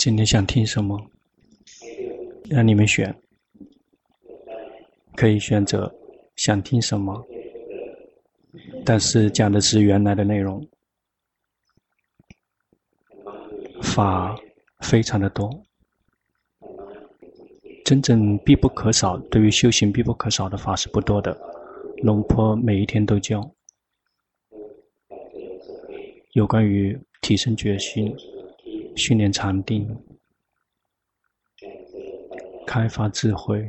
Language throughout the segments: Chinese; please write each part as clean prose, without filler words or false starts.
今天想听什么？让你们选，可以选择想听什么，但是讲的是原来的内容。法非常的多，真正必不可少，对于修行必不可少的法是不多的。龙坡每一天都教有关于提升决心、训练禅定、开发智慧。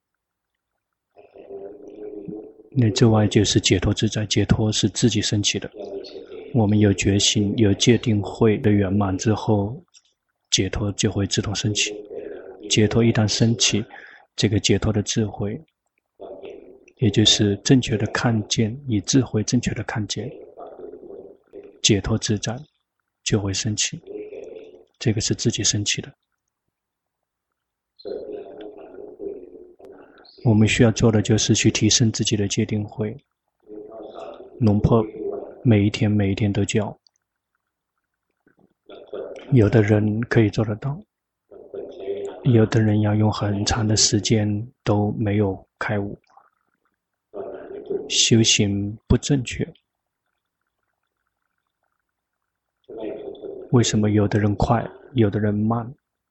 那之外就是解脱自在，解脱是自己升起的。我们有决心、有戒定慧的圆满之后，解脱就会自动升起。解脱一旦升起，这个解脱的智慧，也就是正确的看见，以智慧正确的看见，解脱自在就会升起。这个是自己升起的。我们需要做的就是去提升自己的戒定慧。龙坡每一天都教，有的人可以做得到，有的人要用很长的时间都没有开悟，修行不正确。为什么有的人快，有的人慢？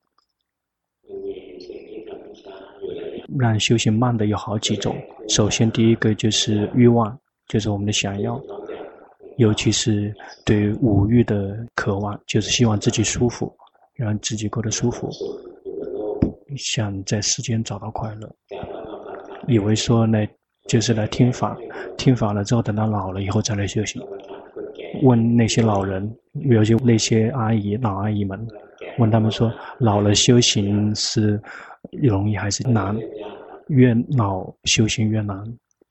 让修行慢的有好几种。首先第一个就是欲望，就是我们的想要，尤其是对五欲的渴望，就是希望自己舒服，让自己过得舒服，想在世间找到快乐，以为说呢就是来听法，听法了之后等到老了以后再来修行。问那些老人，尤其那些老阿姨们，问他们说老了修行是容易还是难？越老修行越难。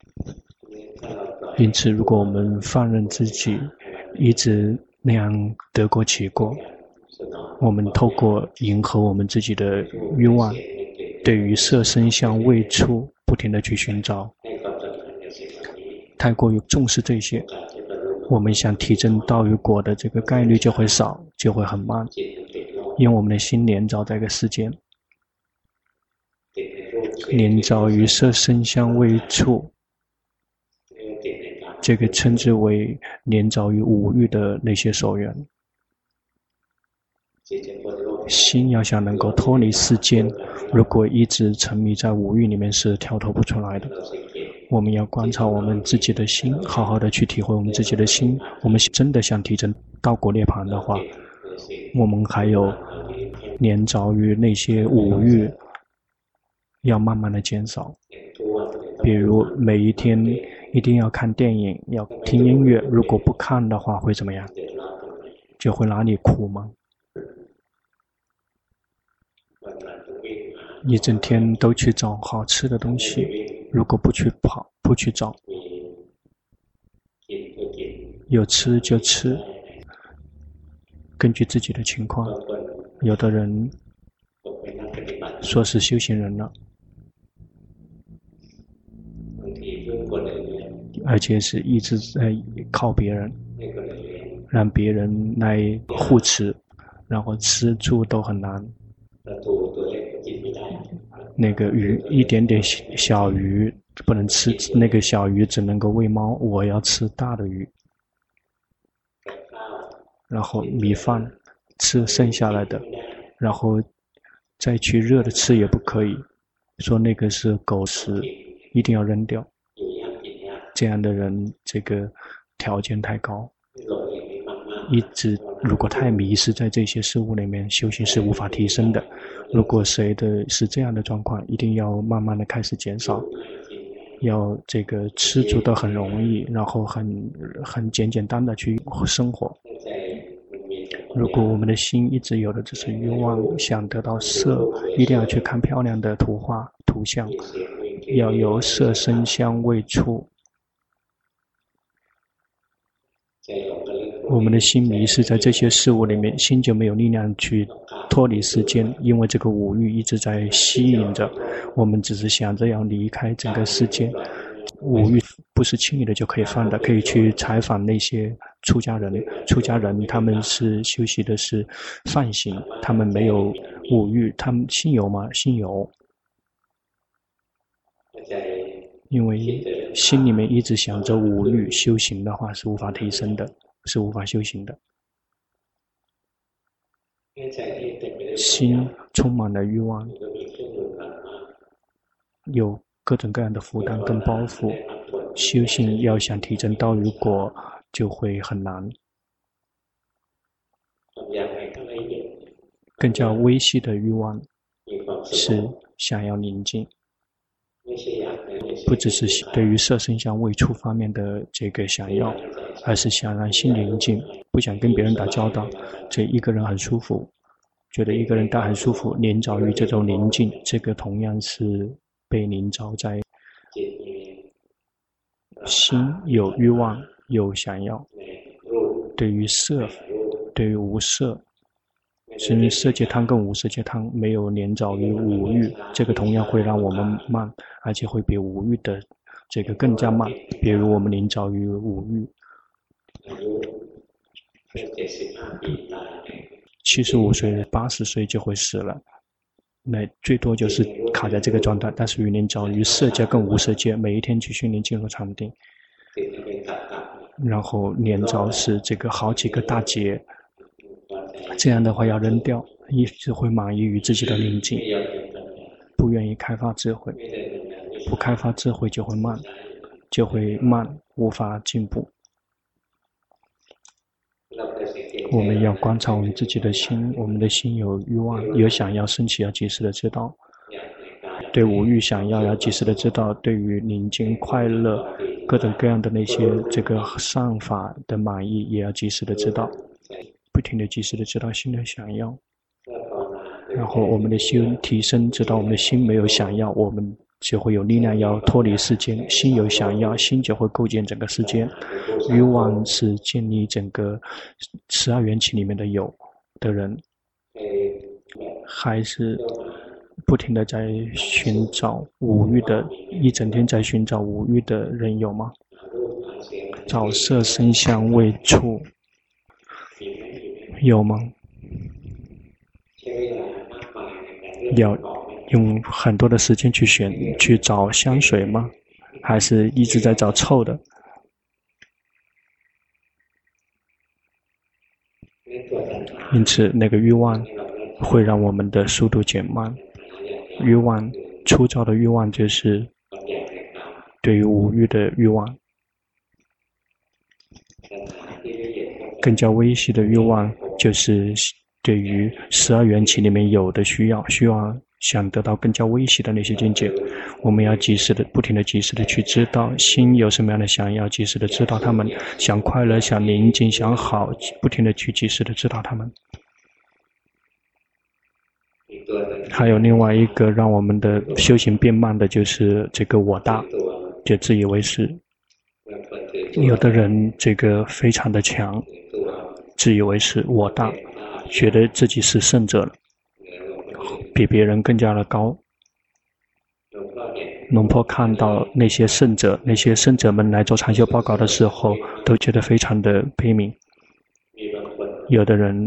因此如果我们放任自己一直那样得过且过，我们透过迎合我们自己的欲望，对于色声香味触不停地去寻找，太过于重视这些，我们想提升道与果的这个概率就会少，就会很慢，因为我们的心连着在这个世间，连着于色声香味触，这个称之为连着于五欲的那些所缘。心要想能够脱离世间，如果一直沉迷在五欲里面是跳脱不出来的。我们要观察我们自己的心，好好的去体会我们自己的心。我们真的想提升道果涅槃的话，我们还有连着于那些五欲要慢慢的减少。比如每一天一定要看电影，要听音乐，如果不看的话会怎么样？就会哪里苦吗？一整天都去找好吃的东西，如果不去跑，不去找，有吃就吃，根据自己的情况。有的人说是修行人了，而且是一直在靠别人，让别人来护持，然后吃住都很难。那个鱼，一点点小鱼不能吃，那个小鱼只能够喂猫，我要吃大的鱼。然后米饭吃剩下来的，然后再去热的吃也不可以，说那个是狗食，一定要扔掉。这样的人这个条件太高，一直如果太迷失在这些事物里面，修行是无法提升的。如果谁的是这样的状况，一定要慢慢的开始减少，要这个吃足的很容易，然后很简单的去生活。如果我们的心一直有的只是欲望，想得到色，一定要去看漂亮的图画图像，要有色声香味触。我们的心迷失在这些事物里面，心就没有力量去脱离世间，因为这个五欲一直在吸引着我们，只是想着要离开整个世界。 五欲不是轻易的就可以放的，可以去采访那些出家人。出家人他们是修习的是梵行，他们没有五欲，他们心有吗？心有，因为心里面一直想着五欲，修行的话是无法提升的，是无法修行的。心充满了欲望，有各种各样的负担跟包袱，修行要想提升道与果就会很难。更加微细的欲望是想要宁静，不只是对于色声香味触方面的这个想要，而是想让心宁静，不想跟别人打交道，这一个人很舒服，觉得一个人待很舒服，临着于这种宁静，这个同样是被临着在心有欲望有想要，对于色，对于无色，甚至色界汤跟无色界汤没有连着于五欲，这个同样会让我们慢，而且会比五欲的这个更加慢。比如我们连着于五欲，75岁、80岁就会死了，那最多就是卡在这个状态。但是连着于色界跟无色界，每一天去训练进入禅定，然后连着是这个好几个大劫。这样的话要扔掉，一直会满意于自己的宁静，不愿意开发智慧，不开发智慧就会慢，无法进步。我们要观察我们自己的心，我们的心有欲望，有想要升起，要及时的知道；对五欲想要及时的知道；对于宁静、快乐、各种各样的那些这个善法的满意，也要及时的知道。不停地及时的知道心的想要，然后我们的心提升，直到我们的心没有想要，我们就会有力量要脱离世间。心有想要，心就会构建整个世间。欲望是建立整个12缘起里面的有的人，还是不停地在寻找五欲的，一整天在寻找五欲的人有吗？找色声香味触有吗？要用很多的时间去找香水吗？还是一直在找臭的？因此那个欲望会让我们的速度减慢。欲望，粗糙的欲望就是对于五欲的欲望，更加微细的欲望就是对于12缘起里面有的需要想得到更加微细的那些境界。我们要及时的不停的及时的去知道心有什么样的想要，及时的知道他们，想快乐想宁静想好，不停的去及时的知道他们。还有另外一个让我们的修行变慢的就是这个我大，就自以为是。有的人这个非常的强，自以为是我大，觉得自己是圣者了，比别人更加的高。龙婆看到那些圣者们来做禅修报告的时候，都觉得非常的悲悯。有的人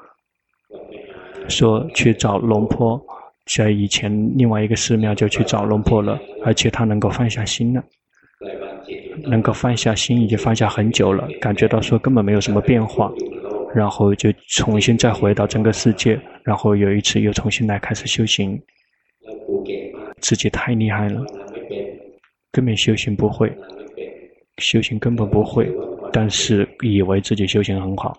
说去找龙婆，在以前另外一个寺庙就去找龙婆了，而且他能够放下心了，能够放下心已经放下很久了，感觉到说根本没有什么变化，然后就重新再回到整个世界，然后有一次又重新来开始修行，自己太厉害了，根本修行不会，修行根本不会，但是以为自己修行很好，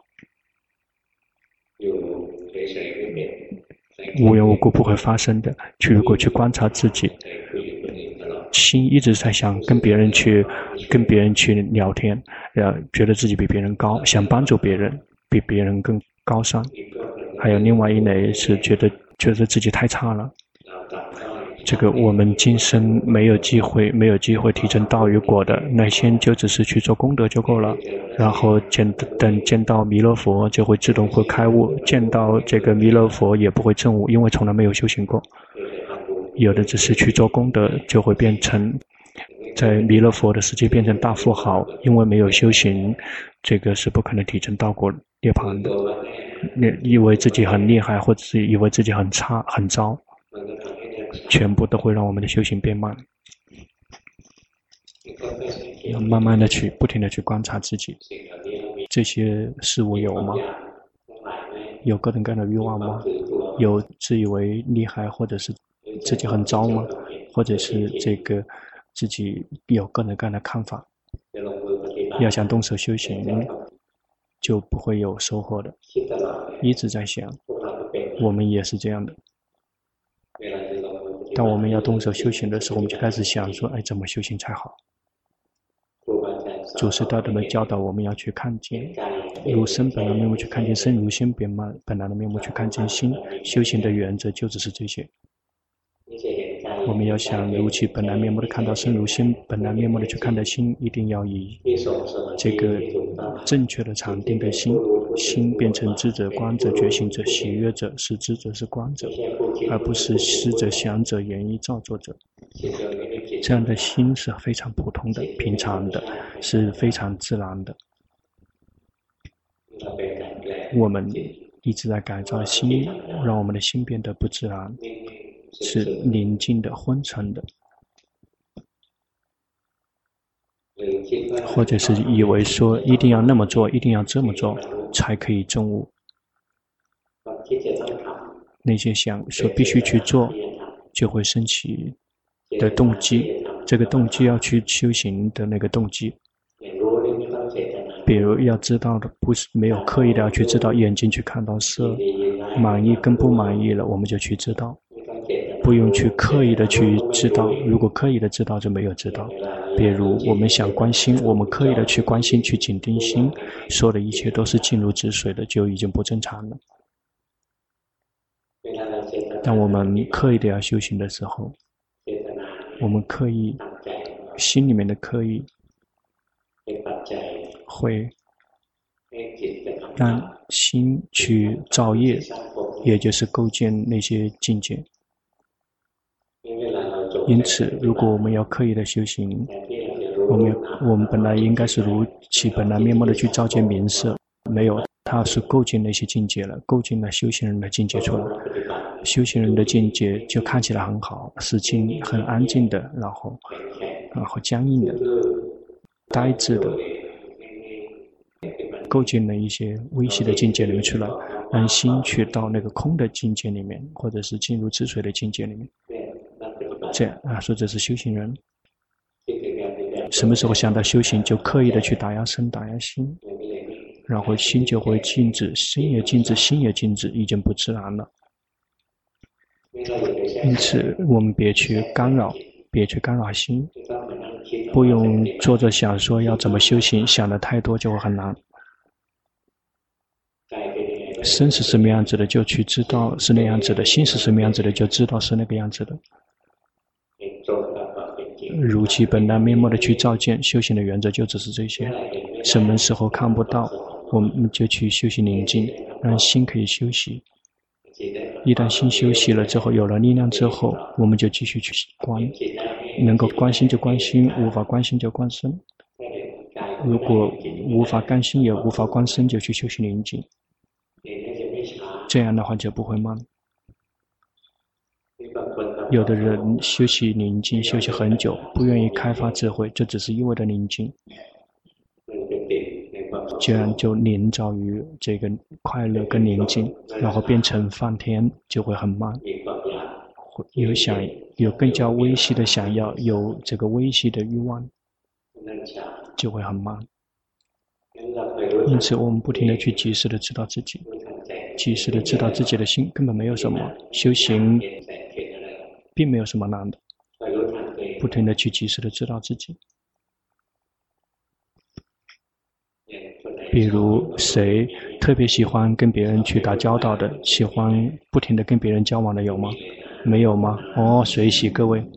无缘无故不会发生的。如果去观察自己，心一直在想跟别人去聊天，觉得自己比别人高，想帮助别人，比别人更高尚。还有另外一类是觉得自己太差了。这个我们今生没有机会提升道与果的，那先就只是去做功德就够了，然后等见到弥勒佛就会自动会开悟，见到这个弥勒佛也不会证悟，因为从来没有修行过。有的只是去做功德就会变成在弥勒佛的世界变成大富豪，因为没有修行，这个是不可能提升到过涅槃的。以为自己很厉害，或者是以为自己很差很糟，全部都会让我们的修行变慢。要慢慢的去不停的去观察自己，这些事物有吗？有各种各样的欲望吗？有自以为厉害或者是自己很糟吗？或者是这个自己有各种各样的看法？要想动手修行，就不会有收获的。一直在想，我们也是这样的。当我们要动手修行的时候，我们就开始想说，哎，怎么修行才好？祖师大德们教导我们要去看见如身本来面目，去看见身如心本来的面目，去看见心。修行的原则就只是这些。我们要想如其本来面目的看到身如心本来面目的去看待心，一定要以这个正确的禅定的心变成知者、观者、觉醒者、喜悦者，是知者，是观者，而不是思者、想者、言意造作者。这样的心是非常普通的、平常的，是非常自然的。我们一直在改造心，让我们的心变得不自然，是宁静的、昏沉的，或者是以为说一定要那么做，一定要这么做才可以证悟。那些想说必须去做，就会升起的动机，这个动机要去修行的那个动机。比如要知道的，不是没有刻意的要去知道，眼睛去看到色，满意跟不满意了，我们就去知道，不用去刻意的去知道。如果刻意的知道，就没有知道。比如我们想关心，我们刻意的去关心、去紧盯心，说的一切都是静如止水的，就已经不正常了。当我们刻意的要修行的时候，我们刻意心里面的刻意会让心去造业，也就是构建那些境界。因此如果我们要刻意的修行，我们本来应该是如其本来面目的去照见名色，没有，它是构建那些境界了，构建了修行人的境界出来。修行人的境界就看起来很好，是静很安静的，然后僵硬的、呆滞的，构建了一些微细的境界里面出来，让心去到那个空的境界里面，或者是进入止水的境界里面。这样说这是修行人。什么时候想到修行，就刻意的去打压身、打压心，然后心就会静止，身也静止，心也静止，已经不自然了。因此我们别去干扰心，不用坐着想说要怎么修行，想的太多就会很难。身是什么样子的，就去知道是那样子的；心是什么样子的，就知道是那个样子的。如其本来面目的去照见，修行的原则就只是这些。什么时候看不到，我们就去修行宁静，让心可以休息。一旦心休息了之后，有了力量之后，我们就继续去观，能够观心就观心，无法观心就观身。如果无法观心也无法观身，就去修行宁静，这样的话就不会慢。有的人休息宁静休息很久，不愿意开发智慧，这只是一味的宁静，这样就凝造于这个快乐跟宁静，然后变成梵天，就会很慢。有更加微细的想要，有这个微细的欲望，就会很慢。因此我们不停地去及时的知道自己，及时的知道自己的心，根本没有什么，修行并没有什么难的，不停地去及时的知道自己。比如谁特别喜欢跟别人去打交道的，喜欢不停地跟别人交往的有吗？没有吗？哦，随喜各位，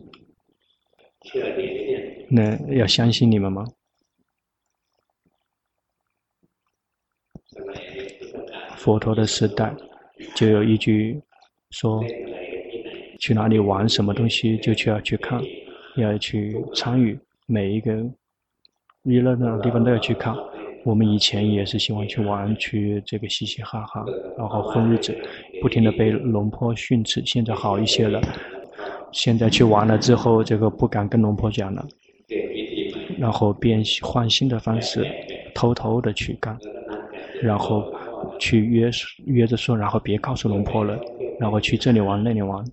那要相信你们吗？佛陀的时代就有一句说，去哪里玩什么东西就要去看，要去参与， 每一个娱乐那种地方都要去看。我们以前也是喜欢去玩，去这个嘻嘻哈哈，然后混日子，不停的被龙婆训斥。现在好一些了，现在去玩了之后，这个不敢跟龙婆讲了，然后换新的方式，偷偷的去干，然后去约着说，然后别告诉龙婆了，然后去这里玩那里玩，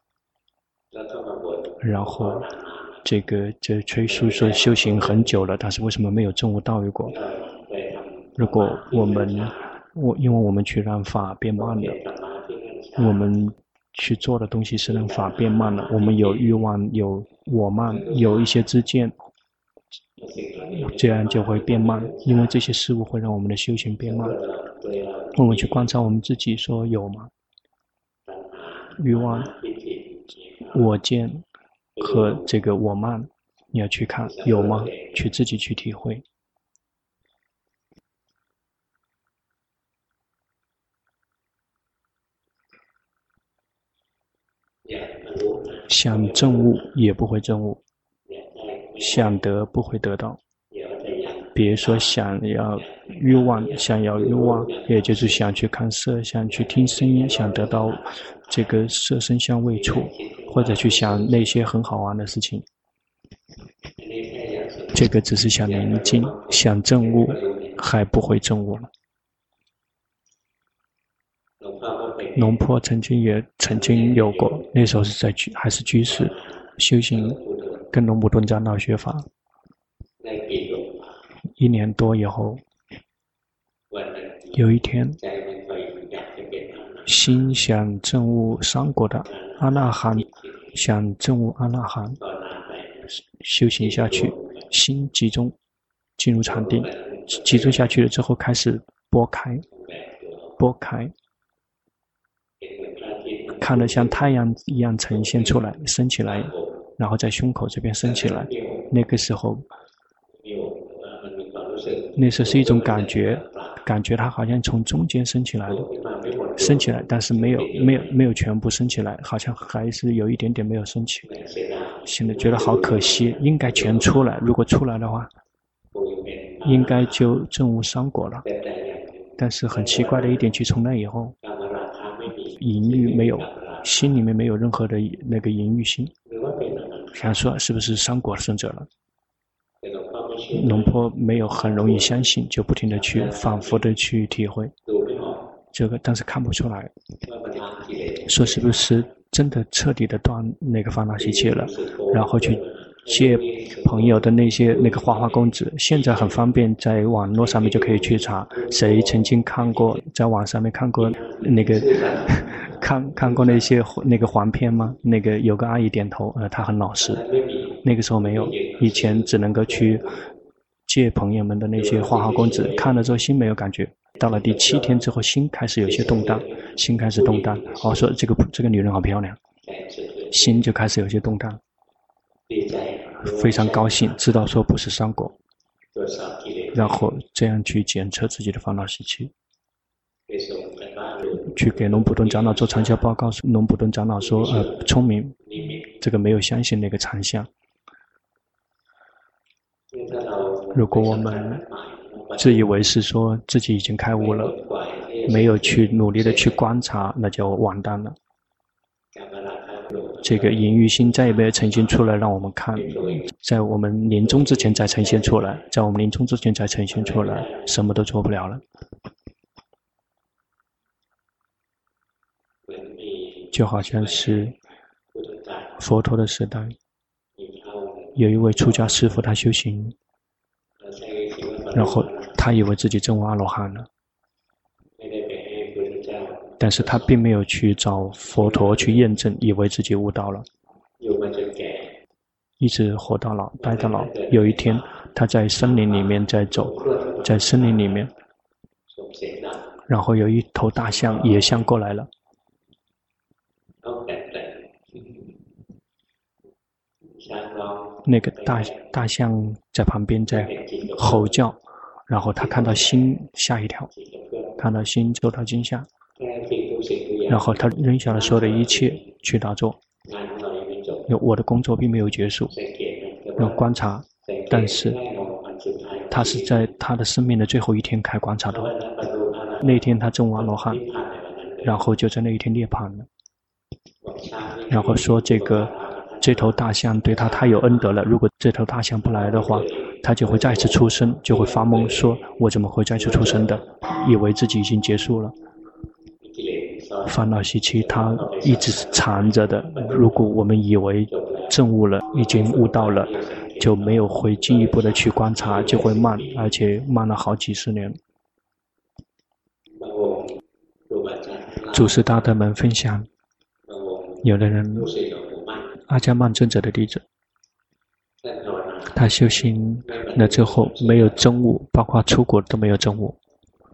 然后这崔叔说修行很久了，但是为什么没有证悟道育过？如果因为我们去让法变慢了，我们去做的东西是让法变慢了，我们有欲望，有我慢，有一些知见，这样就会变慢，因为这些事物会让我们的修行变慢。我们去观察我们自己，说有吗？欲望、我见和这个我慢，你要去看有吗？去自己去体会。想证悟也不会证悟，想得不会得到。比如说想要欲望，也就是想去看色，想去听声音，想得到这个色声香味触，或者去想那些很好玩的事情。这个只是想宁静，想证悟还不会证悟了。龙婆曾经有过，那时候是还是居士修行，跟龙普顿长老学法，1年多以后，有一天，心想证悟三果的阿那含，想证悟阿那含，修行下去，心集中，进入禅定，集中下去了之后开始拨开，看得像太阳一样呈现出来，升起来，然后在胸口这边升起来。那个时候是一种感觉它好像从中间升起来了，但是没有全部升起来，好像还是有一点点没有升起。现在觉得好可惜，应该全出来，如果出来的话，应该就证悟三果了。但是很奇怪的一点，去从那以后，淫欲没有，心里面没有任何的那个淫欲心，想说是不是三果圣者了？龙婆没有很容易相信，就不停的去反复的去体会这个，但是看不出来，说是不是真的彻底的断那个烦恼习气了，然后去借朋友的那个花花公子，现在很方便，在网络上面就可以去查，谁曾经看过，在网上面看过那个看过那个黄片吗？那个有个阿姨点头，她很老实。那个时候没有，以前只能够去借朋友们的那些花花公子，看了之后心没有感觉，到了第7天之后，心开始有些动荡，说这个女人好漂亮，心就开始有些动荡，非常高兴，知道说不是三果，然后这样去检测自己的烦恼习气，去给龙普顿长老做长效报告。龙普顿长老说聪明，这个没有相信那个长相。如果我们自以为是说自己已经开悟了，没有去努力的去观察，那就完蛋了。这个淫欲心再也没有呈现出来让我们看，在我们临终之前再呈现出来，什么都做不了了。就好像是佛陀的时代，有一位出家师父，他修行，然后他以为自己证悟阿罗汉了，但是他并没有去找佛陀去验证，以为自己悟到了，一直活到老，待到老。有一天他在森林里面在走，在森林里面，然后有一头大象野象过来了，那个大象在旁边在吼叫，然后他看到心吓一跳，看到心受到惊吓，然后他扔下了所有的一切去打坐。我的工作并没有结束，要观察但是他是在他的生命的最后一天开观察到，那天他证完罗汉，然后就在那一天涅槃了。然后说这头大象对他太有恩德了，如果这头大象不来的话，他就会再次出生，就会发梦说我怎么会再次出生的，以为自己已经结束了。烦恼习气它一直是缠着的，如果我们以为证悟了，已经悟到了，就没有会进一步的去观察，就会慢，而且慢了好几十年。祖师大德们分享，有的人阿伽曼尊者的弟子，他修行了之后没有证悟，包括出国都没有证悟，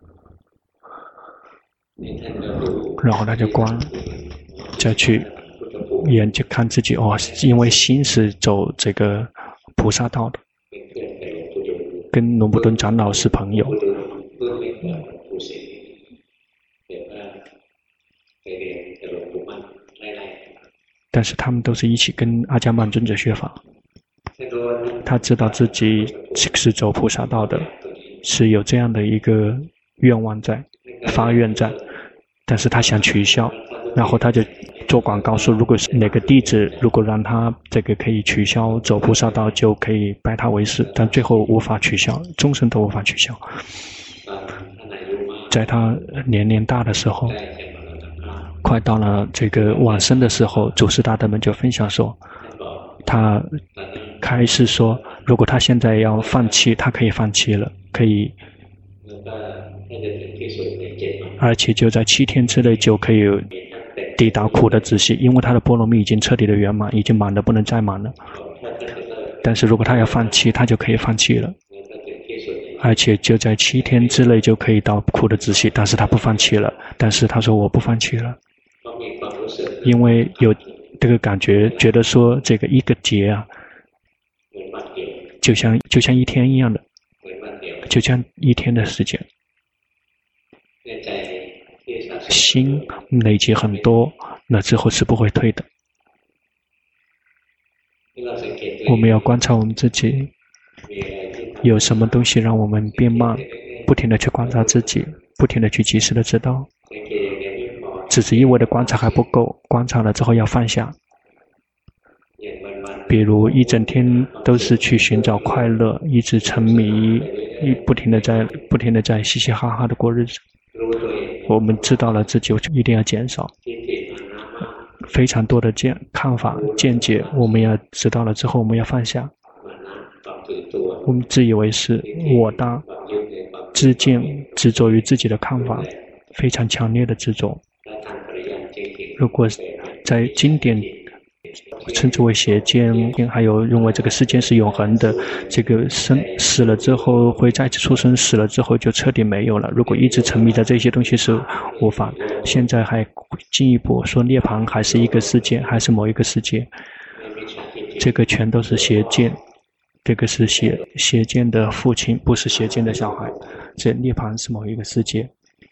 然后他就观，再去研究看自己因为心是走这个菩萨道的，跟龙布顿长老是朋友，但是他们都是一起跟阿伽曼尊者学法。他知道自己是走菩萨道的，是有这样的一个愿望在，发愿在，但是他想取消，然后他就做广告说，如果是哪个弟子如果让他这个可以取消走菩萨道，就可以拜他为师，但最后无法取消，终身都无法取消。在他年龄大的时候，快到了这个往生的时候，祖师大德们就分享说，他开始说，如果他现在要放弃，他可以放弃了，可以，而且就在7天之内就可以抵达苦的自息，因为他的波罗蜜已经彻底的圆满，已经满的不能再满了。但是如果他要放弃，他就可以放弃了，而且就在7天之内就可以到苦的自息，但是他不放弃了。但是他说我不放弃了，因为有这个感觉，觉得说这个一个劫啊，就像一天一样的，就像一天的时间。心累积很多，那之后是不会退的。我们要观察我们自己，有什么东西让我们变慢，不停地去观察自己，不停地去及时的知道。只是因为的观察还不够，观察了之后要放下。比如一整天都是去寻找快乐，一直沉迷，不停地在嘻嘻哈哈的过日子。我们知道了自己一定要减少非常多的看法见解，我们要知道了之后我们要放下。我们自以为是我大知见，执着于自己的看法，非常强烈的执着。如果在经典称之为邪见，还有认为这个世间是永恒的，这个死了之后会再次出生，死了之后就彻底没有了。如果一直沉迷在这些东西是无法，现在还进一步说涅槃还是一个世界，还是某一个世界，这个全都是邪见，这个是邪见的父亲，不是邪见的小孩。这涅槃是某一个世界。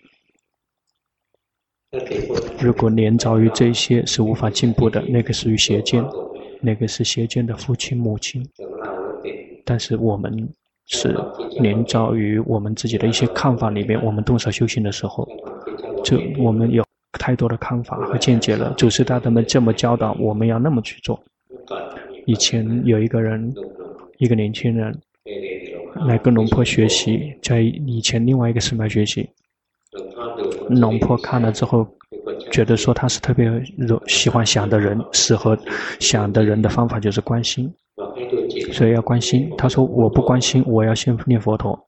如果连着于这些是无法进步的，那个属于邪见，那个是邪见的父亲母亲。但是我们是连着于我们自己的一些看法里面，我们动手修行的时候，就我们有太多的看法和见解了。祖师大德们这么教导，我们要那么去做。以前有一个年轻人来跟龙婆学习，在以前另外一个寺庙学习，龙婆看了之后觉得说他是特别喜欢想的人，适合想的人的方法就是观心，所以要观心。他说我不观心，我要先念佛陀，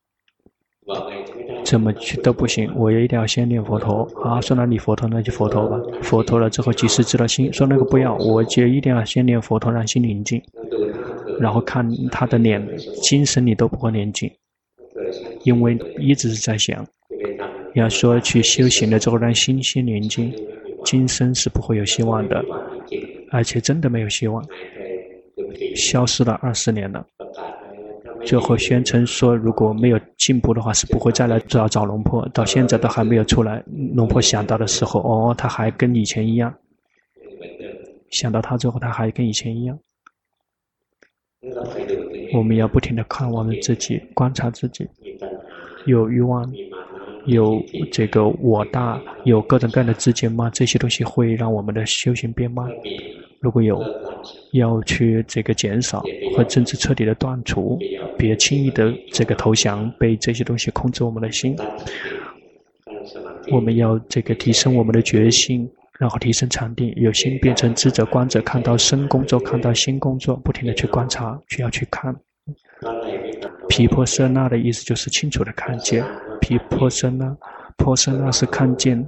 怎么去都不行，我一定要先念佛陀啊！说那你佛陀那就佛陀吧，佛陀了之后及时知道心，说那个不要，我就一定要先念佛陀，让心宁静，然后看他的脸精神你都不会宁静，因为一直是在想。要说去修行了之后让心先宁静，今生是不会有希望的，而且真的没有希望，消失了20年了。最后宣称说如果没有进步的话是不会再来找龙婆，到现在都还没有出来。龙婆想到的时候他还跟以前一样，想到他之后他还跟以前一样。 我们要不停地看我们自己，观察自己，有欲望，有这个我大，有各种各样的知见吗？这些东西会让我们的修行变慢。如果有，要去这个减少，或甚至彻底的断除，别轻易的这个投降，被这些东西控制我们的心。我们要这个提升我们的决心，然后提升禅定，有心变成知者观者，看到身工作，看到心工作，不停的去观察，需要去看。毗婆舍那的意思就是清楚的看见，毗婆舍那，婆舍那是看见，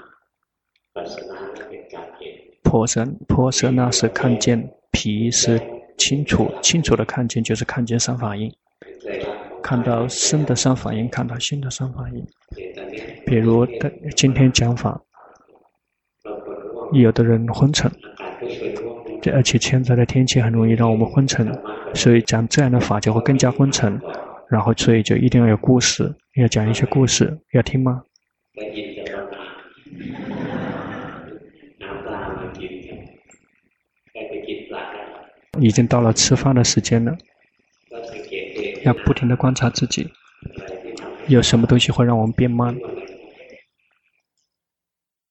婆舍那是看见，毗是清楚的看见，就是看见三法印，看到身的三法印，看到心的三法印。比如今天讲法，有的人昏沉，而且现在的天气很容易让我们昏沉，所以讲这样的法就会更加昏沉。然后所以就一定要有故事，要讲一些故事，要听吗？已经到了吃饭的时间了，要不停地观察自己，有什么东西会让我们变慢，